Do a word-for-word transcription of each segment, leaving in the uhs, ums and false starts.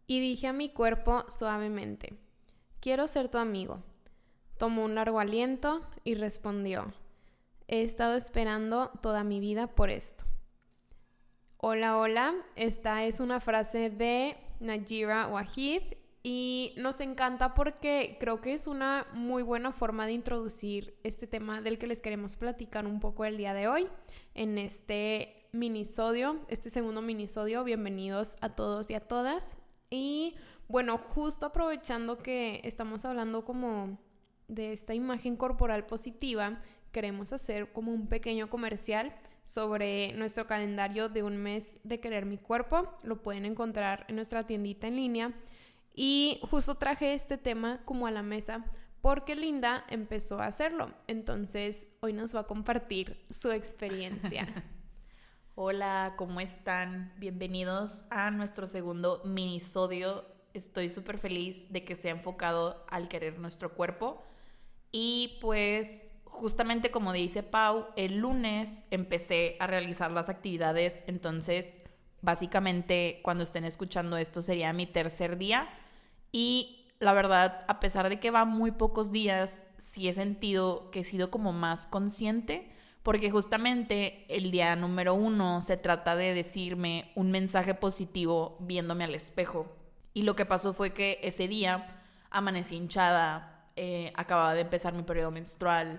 y dije a mi cuerpo suavemente, quiero ser tu amigo. Tomó un largo aliento y respondió, he estado esperando toda mi vida por esto. Hola, hola, esta es una frase de Najira Wahid y nos encanta porque creo que es una muy buena forma de introducir este tema del que les queremos platicar un poco el día de hoy en este minisodio, este segundo minisodio. Bienvenidos a todos y a todas. Y bueno, justo aprovechando que estamos hablando como de esta imagen corporal positiva, queremos hacer como un pequeño comercial sobre nuestro calendario de un mes de querer mi cuerpo. Lo pueden encontrar en nuestra tiendita en línea. Y justo traje este tema como a la mesa porque Linda empezó a hacerlo. Entonces, hoy nos va a compartir su experiencia. Hola, ¿cómo están? Bienvenidos a nuestro segundo minisodio. Estoy súper feliz de que sea enfocado al querer nuestro cuerpo. Y pues, justamente como dice Pau, el lunes empecé a realizar las actividades. Entonces, básicamente, cuando estén escuchando esto, sería mi tercer día. Y la verdad, a pesar de que va muy pocos días, sí he sentido que he sido como más consciente, porque justamente el día número uno se trata de decirme un mensaje positivo viéndome al espejo. Y lo que pasó fue que ese día amanecí hinchada, eh, acababa de empezar mi periodo menstrual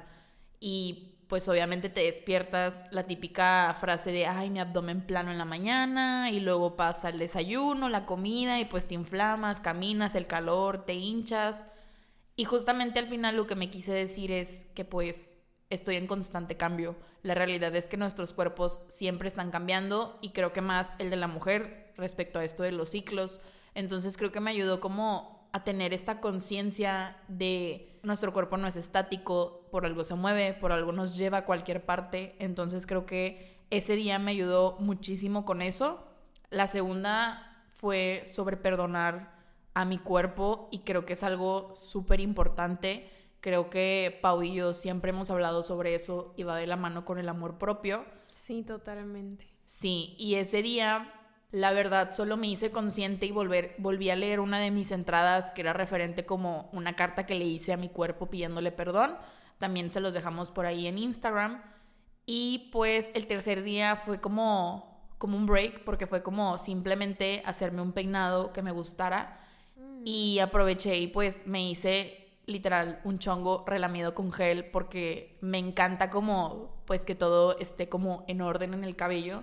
y pues obviamente te despiertas, la típica frase de ay, mi abdomen plano en la mañana, y luego pasa el desayuno, la comida, y pues te inflamas, caminas, el calor, te hinchas. Y justamente al final lo que me quise decir es que pues estoy en constante cambio. La realidad es que nuestros cuerpos siempre están cambiando, y creo que más el de la mujer respecto a esto de los ciclos. Entonces creo que me ayudó como a tener esta conciencia de nuestro cuerpo no es estático, por algo se mueve, por algo nos lleva a cualquier parte. Entonces creo que ese día me ayudó muchísimo con eso. La segunda fue sobre perdonar a mi cuerpo, y creo que es algo súper importante. Creo que Pau y yo siempre hemos hablado sobre eso y va de la mano con el amor propio. Sí, totalmente. Sí, y ese día la verdad solo me hice consciente y volver, volví a leer una de mis entradas que era referente como una carta que le hice a mi cuerpo pidiéndole perdón. También se los dejamos por ahí en Instagram. Y pues el tercer día fue como, como un break, porque fue como simplemente hacerme un peinado que me gustara. Mm. Y aproveché y pues me hice literal un chongo relamido con gel, porque me encanta como pues que todo esté como en orden en el cabello.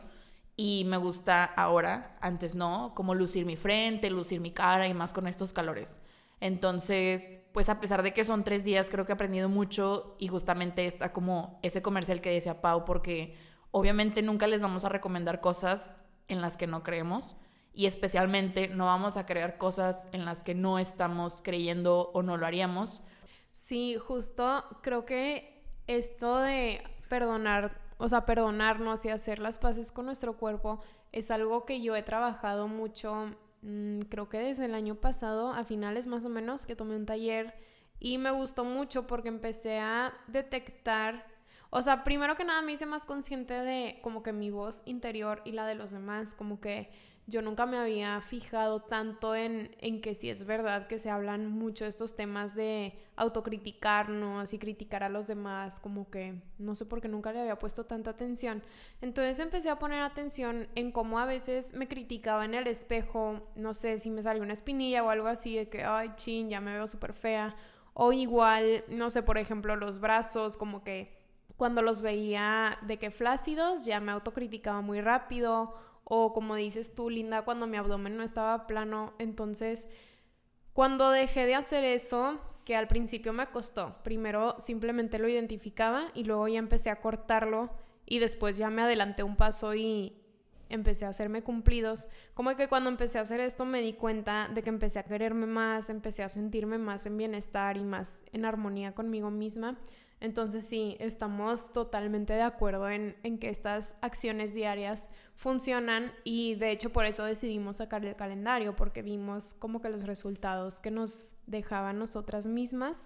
Y me gusta ahora, antes no, como lucir mi frente, lucir mi cara, y más con estos calores. Entonces, pues a pesar de que son tres días, creo que he aprendido mucho, y justamente está como ese comercial que decía Pau, porque obviamente nunca les vamos a recomendar cosas en las que no creemos, y especialmente no vamos a crear cosas en las que no estamos creyendo o no lo haríamos. Sí, justo creo que esto de perdonar, o sea, perdonarnos y hacer las paces con nuestro cuerpo es algo que yo he trabajado mucho, mmm, creo que desde el año pasado, a finales más o menos, que tomé un taller, y me gustó mucho porque empecé a detectar, o sea, primero que nada me hice más consciente de como que mi voz interior y la de los demás, como que yo nunca me había fijado tanto en, en que sí es verdad que se hablan mucho de estos temas de autocriticarnos y criticar a los demás, como que no sé por qué nunca le había puesto tanta atención. Entonces empecé a poner atención en cómo a veces me criticaba en el espejo, no sé si me salió una espinilla o algo así de que ay chin, ya me veo súper fea, o igual, no sé, por ejemplo los brazos, como que cuando los veía de que flácidos ya me autocriticaba muy rápido. O como dices tú, Linda, cuando mi abdomen no estaba plano. Entonces, cuando dejé de hacer eso, que al principio me costó, primero simplemente lo identificaba y luego ya empecé a cortarlo, y después ya me adelanté un paso y empecé a hacerme cumplidos. Como que cuando empecé a hacer esto me di cuenta de que empecé a quererme más, empecé a sentirme más en bienestar y más en armonía conmigo misma. Entonces sí, estamos totalmente de acuerdo en, en que estas acciones diarias funcionan, y de hecho por eso decidimos sacar el calendario, porque vimos como que los resultados que nos dejaban nosotras mismas.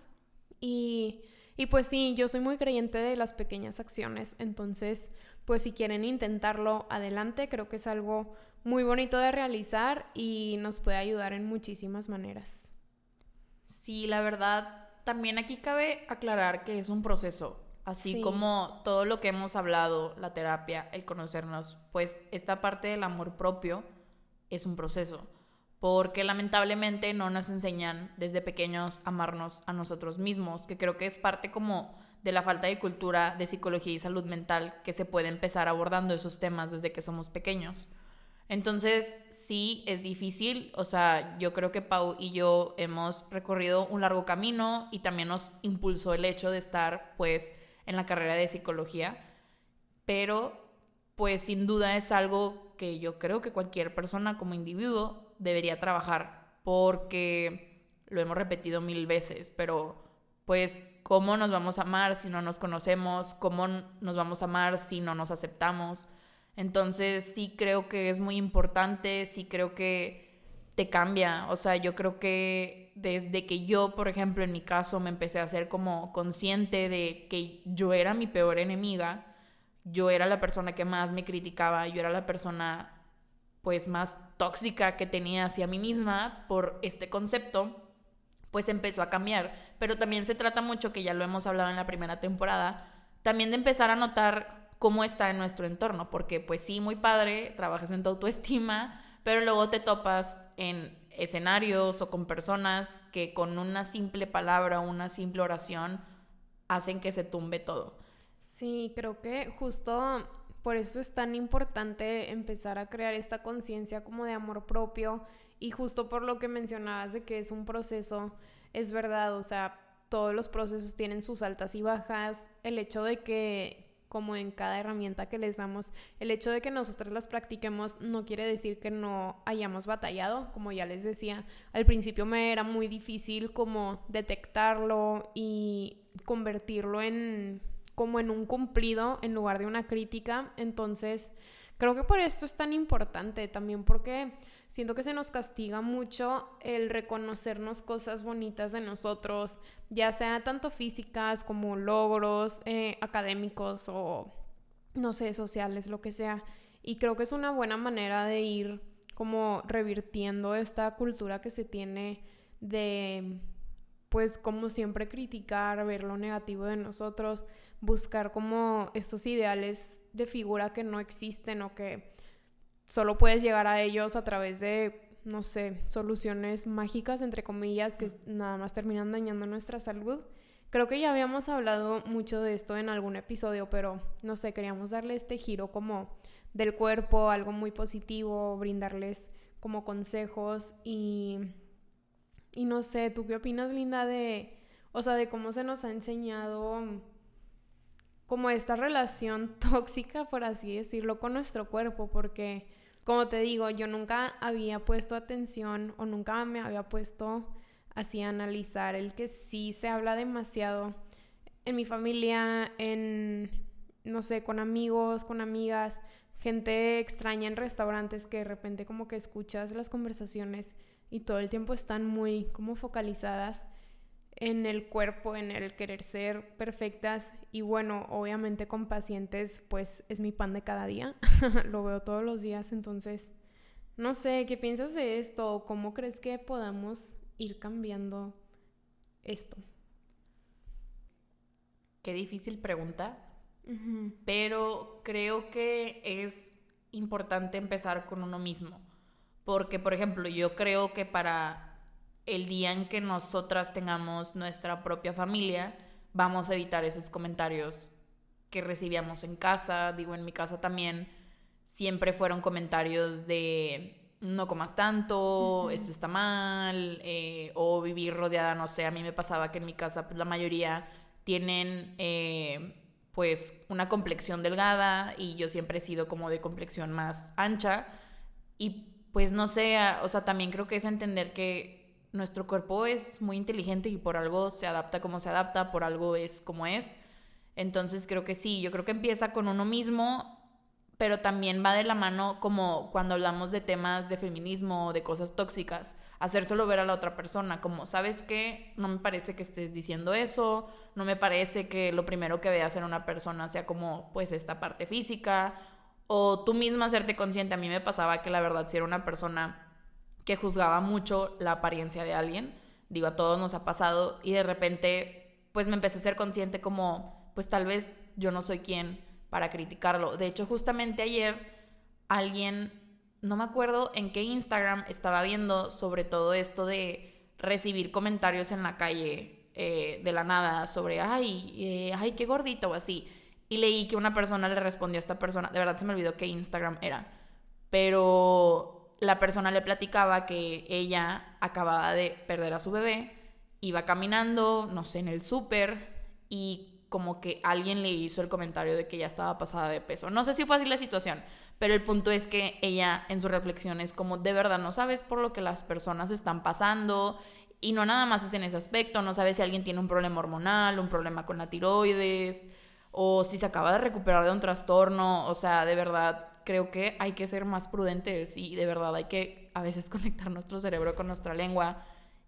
Y, y pues sí, yo soy muy creyente de las pequeñas acciones, entonces pues si quieren intentarlo, adelante. Creo que es algo muy bonito de realizar y nos puede ayudar en muchísimas maneras. Sí, la verdad, también aquí cabe aclarar que es un proceso, así sí. Como todo lo que hemos hablado, la terapia, el conocernos, pues esta parte del amor propio es un proceso, porque lamentablemente no nos enseñan desde pequeños a amarnos a nosotros mismos, que creo que es parte como de la falta de cultura de psicología y salud mental, que se puede empezar abordando esos temas desde que somos pequeños. Entonces, sí, es difícil, o sea, yo creo que Pau y yo hemos recorrido un largo camino y también nos impulsó el hecho de estar, pues, en la carrera de psicología, pero, pues, sin duda es algo que yo creo que cualquier persona como individuo debería trabajar, porque lo hemos repetido mil veces, pero, pues, ¿cómo nos vamos a amar si no nos conocemos? ¿Cómo nos vamos a amar si no nos aceptamos? Entonces sí creo que es muy importante, sí creo que te cambia, o sea, yo creo que desde que yo, por ejemplo, en mi caso me empecé a ser como consciente de que yo era mi peor enemiga, yo era la persona que más me criticaba, yo era la persona pues más tóxica que tenía hacia mí misma por este concepto, pues empezó a cambiar, pero también se trata mucho, que ya lo hemos hablado en la primera temporada, también de empezar a notar cómo está en nuestro entorno, porque pues sí, muy padre, trabajas en tu autoestima, pero luego te topas en escenarios o con personas que con una simple palabra o una simple oración hacen que se tumbe todo. Sí, creo que justo por eso es tan importante empezar a crear esta conciencia como de amor propio, y justo por lo que mencionabas de que es un proceso, es verdad, o sea, todos los procesos tienen sus altas y bajas, el hecho de que como en cada herramienta que les damos, el hecho de que nosotros las practiquemos no quiere decir que no hayamos batallado, como ya les decía, al principio me era muy difícil como detectarlo y convertirlo en como en un cumplido en lugar de una crítica, entonces creo que por esto es tan importante, también porque siento que se nos castiga mucho el reconocernos cosas bonitas de nosotros, ya sea tanto físicas como logros eh, académicos o, no sé, sociales, lo que sea. Y creo que es una buena manera de ir como revirtiendo esta cultura que se tiene de, pues, como siempre criticar, ver lo negativo de nosotros, buscar como estos ideales de figura que no existen o que solo puedes llegar a ellos a través de, no sé, soluciones mágicas, entre comillas, que nada más terminan dañando nuestra salud. Creo que ya habíamos hablado mucho de esto en algún episodio, pero no sé, queríamos darle este giro como del cuerpo, algo muy positivo, brindarles como consejos y, y no sé, ¿tú qué opinas, Linda, de, o sea, de cómo se nos ha enseñado como esta relación tóxica, por así decirlo, con nuestro cuerpo? Porque, como te digo, yo nunca había puesto atención o nunca me había puesto así a analizar el que sí se habla demasiado en mi familia, en, no sé, con amigos, con amigas, gente extraña en restaurantes que de repente como que escuchas las conversaciones y todo el tiempo están muy como focalizadas en el cuerpo, en el querer ser perfectas. Y bueno, obviamente con pacientes pues es mi pan de cada día, lo veo todos los días. Entonces, no sé, ¿qué piensas de esto? ¿Cómo crees que podamos ir cambiando esto? Qué difícil pregunta, uh-huh. Pero creo que es importante empezar con uno mismo, porque por ejemplo yo creo que para el día en que nosotras tengamos nuestra propia familia, vamos a evitar esos comentarios que recibíamos en casa. Digo, en mi casa también siempre fueron comentarios de no comas tanto, uh-huh. esto está mal, eh, o vivir rodeada, no sé, a mí me pasaba que en mi casa pues, la mayoría tienen eh, pues una complexión delgada y yo siempre he sido como de complexión más ancha y pues no sé, o sea, también creo que es entender que nuestro cuerpo es muy inteligente y por algo se adapta como se adapta, por algo es como es. Entonces creo que sí, yo creo que empieza con uno mismo, pero también va de la mano como cuando hablamos de temas de feminismo o de cosas tóxicas, hacérselo ver a la otra persona, como, ¿sabes qué? No me parece que estés diciendo eso, no me parece que lo primero que veas en una persona sea como, pues, esta parte física, o tú misma hacerte consciente. A mí me pasaba que la verdad si era una persona que juzgaba mucho la apariencia de alguien, digo, a todos nos ha pasado, y de repente pues me empecé a ser consciente como, pues tal vez yo no soy quien para criticarlo. De hecho, justamente ayer alguien, no me acuerdo en qué Instagram, estaba viendo sobre todo esto de recibir comentarios en la calle eh, de la nada sobre, ay, eh, ay, qué gordito o así. Y leí que una persona le respondió a esta persona, de verdad se me olvidó qué Instagram era, pero la persona le platicaba que ella acababa de perder a su bebé, iba caminando, no sé, en el súper, y como que alguien le hizo el comentario de que ella estaba pasada de peso. No sé si fue así la situación, pero el punto es que ella en su reflexión es como, de verdad no sabes por lo que las personas están pasando, y no nada más es en ese aspecto, no sabes si alguien tiene un problema hormonal, un problema con la tiroides, o si se acaba de recuperar de un trastorno. O sea, de verdad creo que hay que ser más prudentes y de verdad hay que a veces conectar nuestro cerebro con nuestra lengua.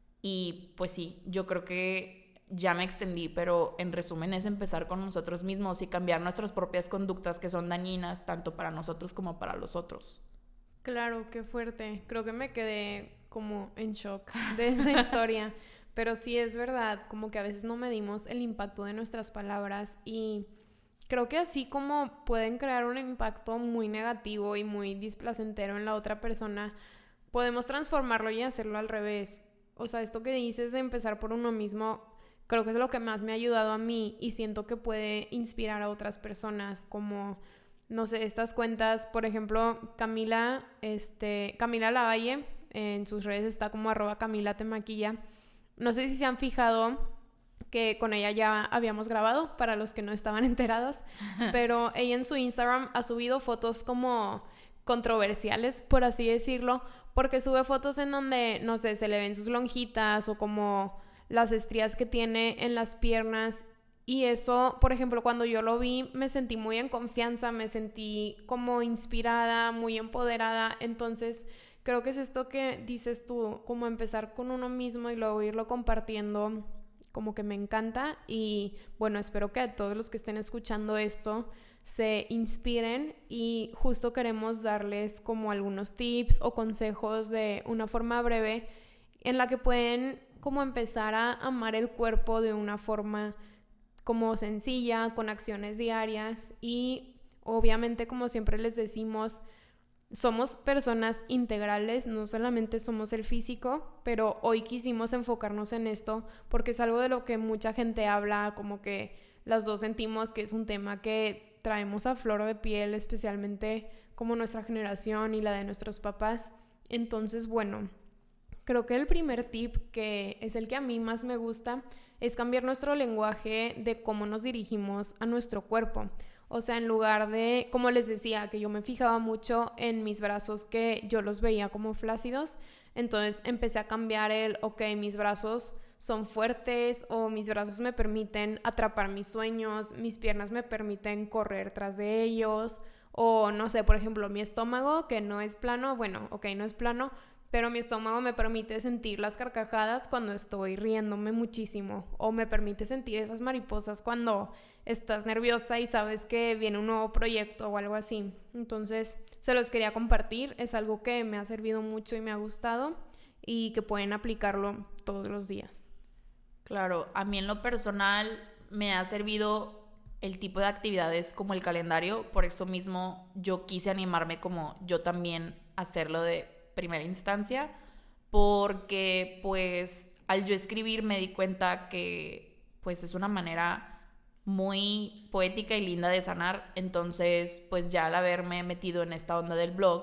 Y pues sí, yo creo que ya me extendí, pero en resumen es empezar con nosotros mismos y cambiar nuestras propias conductas que son dañinas tanto para nosotros como para los otros. Claro, qué fuerte. Creo que me quedé como en shock de esa historia. Pero sí es verdad, como que a veces no medimos el impacto de nuestras palabras, y creo que así como pueden crear un impacto muy negativo y muy displacentero en la otra persona, podemos transformarlo y hacerlo al revés. O sea, esto que dices de empezar por uno mismo, creo que es lo que más me ha ayudado a mí, y siento que puede inspirar a otras personas, como, no sé, estas cuentas, por ejemplo, Camila, este, Camila Lavalle, en sus redes está como arroba Camila te maquilla. No sé si se han fijado que con ella ya habíamos grabado, para los que no estaban enterados, pero ella en su Instagram ha subido fotos como controversiales, por así decirlo, porque sube fotos en donde, no sé, se le ven sus lonjitas o como las estrías que tiene en las piernas, y eso, por ejemplo, cuando yo lo vi me sentí muy en confianza, me sentí como inspirada, muy empoderada. Entonces creo que es esto que dices tú, como empezar con uno mismo y luego irlo compartiendo, como que me encanta. Y bueno, espero que a todos los que estén escuchando esto se inspiren, y justo queremos darles como algunos tips o consejos de una forma breve en la que pueden como empezar a amar el cuerpo de una forma como sencilla, con acciones diarias. Y obviamente, como siempre les decimos, somos personas integrales, no solamente somos el físico, pero hoy quisimos enfocarnos en esto porque es algo de lo que mucha gente habla, como que las dos sentimos que es un tema que traemos a flor de piel, especialmente como nuestra generación y la de nuestros papás. Entonces, bueno, creo que el primer tip, que es el que a mí más me gusta, es cambiar nuestro lenguaje de cómo nos dirigimos a nuestro cuerpo. O sea, en lugar de, como les decía, que yo me fijaba mucho en mis brazos, que yo los veía como flácidos, entonces empecé a cambiar el, ok, mis brazos son fuertes, o mis brazos me permiten atrapar mis sueños, mis piernas me permiten correr tras de ellos, o no sé, por ejemplo, mi estómago, que no es plano, bueno, ok, no es plano, pero mi estómago me permite sentir las carcajadas cuando estoy riéndome muchísimo, o me permite sentir esas mariposas cuando estás nerviosa y sabes que viene un nuevo proyecto o algo así. Entonces, se los quería compartir, es algo que me ha servido mucho y me ha gustado, y que pueden aplicarlo todos los días. Claro, a mí en lo personal me ha servido el tipo de actividades como el calendario, por eso mismo yo quise animarme como yo también a hacerlo de primera instancia, porque pues al yo escribir me di cuenta que pues es una manera muy poética y linda de sanar. Entonces pues ya al haberme metido en esta onda del blog,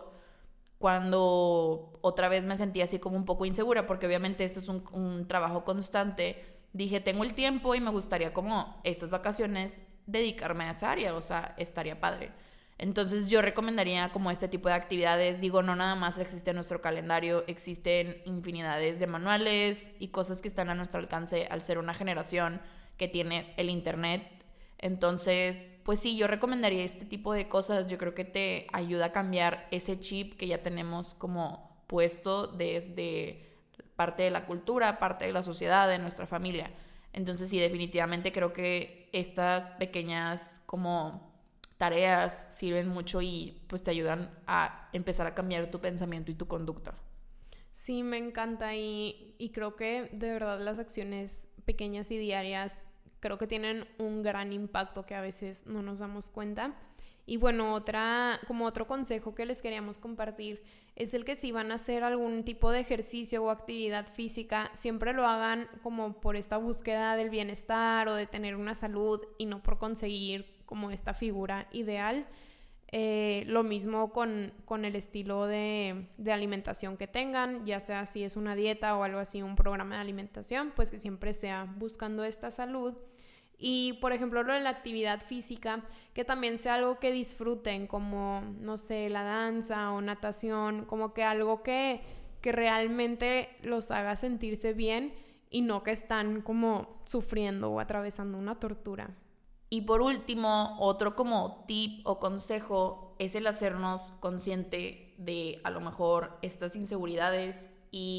cuando otra vez me sentí así como un poco insegura, porque obviamente esto es un, un trabajo constante, dije, tengo el tiempo y me gustaría como estas vacaciones dedicarme a esa área, o sea, estaría padre. Entonces yo recomendaría como este tipo de actividades. Digo, no nada más existe en nuestro calendario, existen infinidades de manuales y cosas que están a nuestro alcance al ser una generación que tiene el internet. Entonces, pues sí, yo recomendaría este tipo de cosas. Yo creo que te ayuda a cambiar ese chip que ya tenemos como puesto desde parte de la cultura, parte de la sociedad, de nuestra familia. Entonces sí, definitivamente creo que estas pequeñas como tareas sirven mucho y pues te ayudan a empezar a cambiar tu pensamiento y tu conducta. Sí, me encanta y, y creo que de verdad las acciones pequeñas y diarias creo que tienen un gran impacto que a veces no nos damos cuenta. Y bueno, otra, como otro consejo que les queríamos compartir es el que si van a hacer algún tipo de ejercicio o actividad física, siempre lo hagan como por esta búsqueda del bienestar o de tener una salud y no por conseguir como esta figura ideal. Eh, lo mismo con, con el estilo de, de alimentación que tengan, ya sea si es una dieta o algo así, un programa de alimentación, pues que siempre sea buscando esta salud. Y por ejemplo lo de la actividad física, que también sea algo que disfruten, como no sé, la danza o natación, como que algo que, que realmente los haga sentirse bien y no que están como sufriendo o atravesando una tortura. Y por último, otro como tip o consejo es el hacernos consciente de a lo mejor estas inseguridades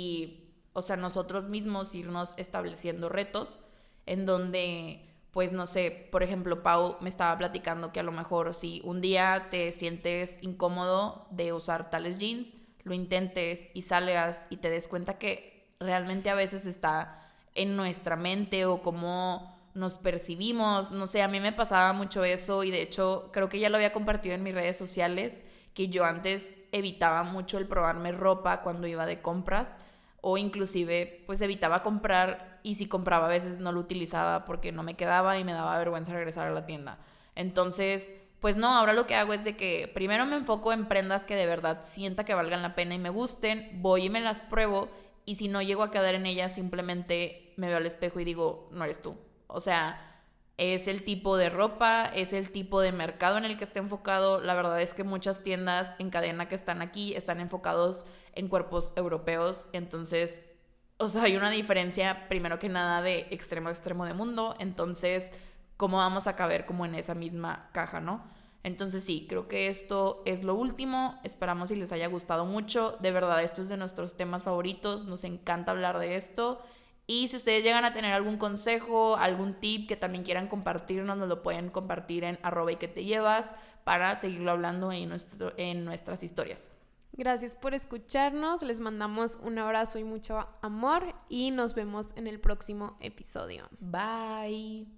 y, o sea, nosotros mismos irnos estableciendo retos en donde, pues no sé, por ejemplo, Pau me estaba platicando que a lo mejor si un día te sientes incómodo de usar tales jeans, lo intentes y salgas y te des cuenta que realmente a veces está en nuestra mente o como nos percibimos, no sé, a mí me pasaba mucho eso y de hecho creo que ya lo había compartido en mis redes sociales, que yo antes evitaba mucho el probarme ropa cuando iba de compras o inclusive pues evitaba comprar y si compraba a veces no lo utilizaba porque no me quedaba y me daba vergüenza regresar a la tienda. Entonces, pues no, ahora lo que hago es de que primero me enfoco en prendas que de verdad sienta que valgan la pena y me gusten, voy y me las pruebo y si no llego a quedar en ellas simplemente me veo al espejo y digo, no eres tú. O sea, es el tipo de ropa, es el tipo de mercado en el que está enfocado. La verdad es que muchas tiendas en cadena que están aquí están enfocados en cuerpos europeos. Entonces, o sea, hay una diferencia, primero que nada, de extremo a extremo de mundo. Entonces, ¿cómo vamos a caber como en esa misma caja, no? Entonces sí, creo que esto es lo último. Esperamos si les haya gustado mucho. De verdad, esto es de nuestros temas favoritos. Nos encanta hablar de esto. Y si ustedes llegan a tener algún consejo, algún tip que también quieran compartirnos, nos lo pueden compartir en arroba y que te llevas para seguirlo hablando en, nuestro, en nuestras historias. Gracias por escucharnos, les mandamos un abrazo y mucho amor y nos vemos en el próximo episodio. Bye.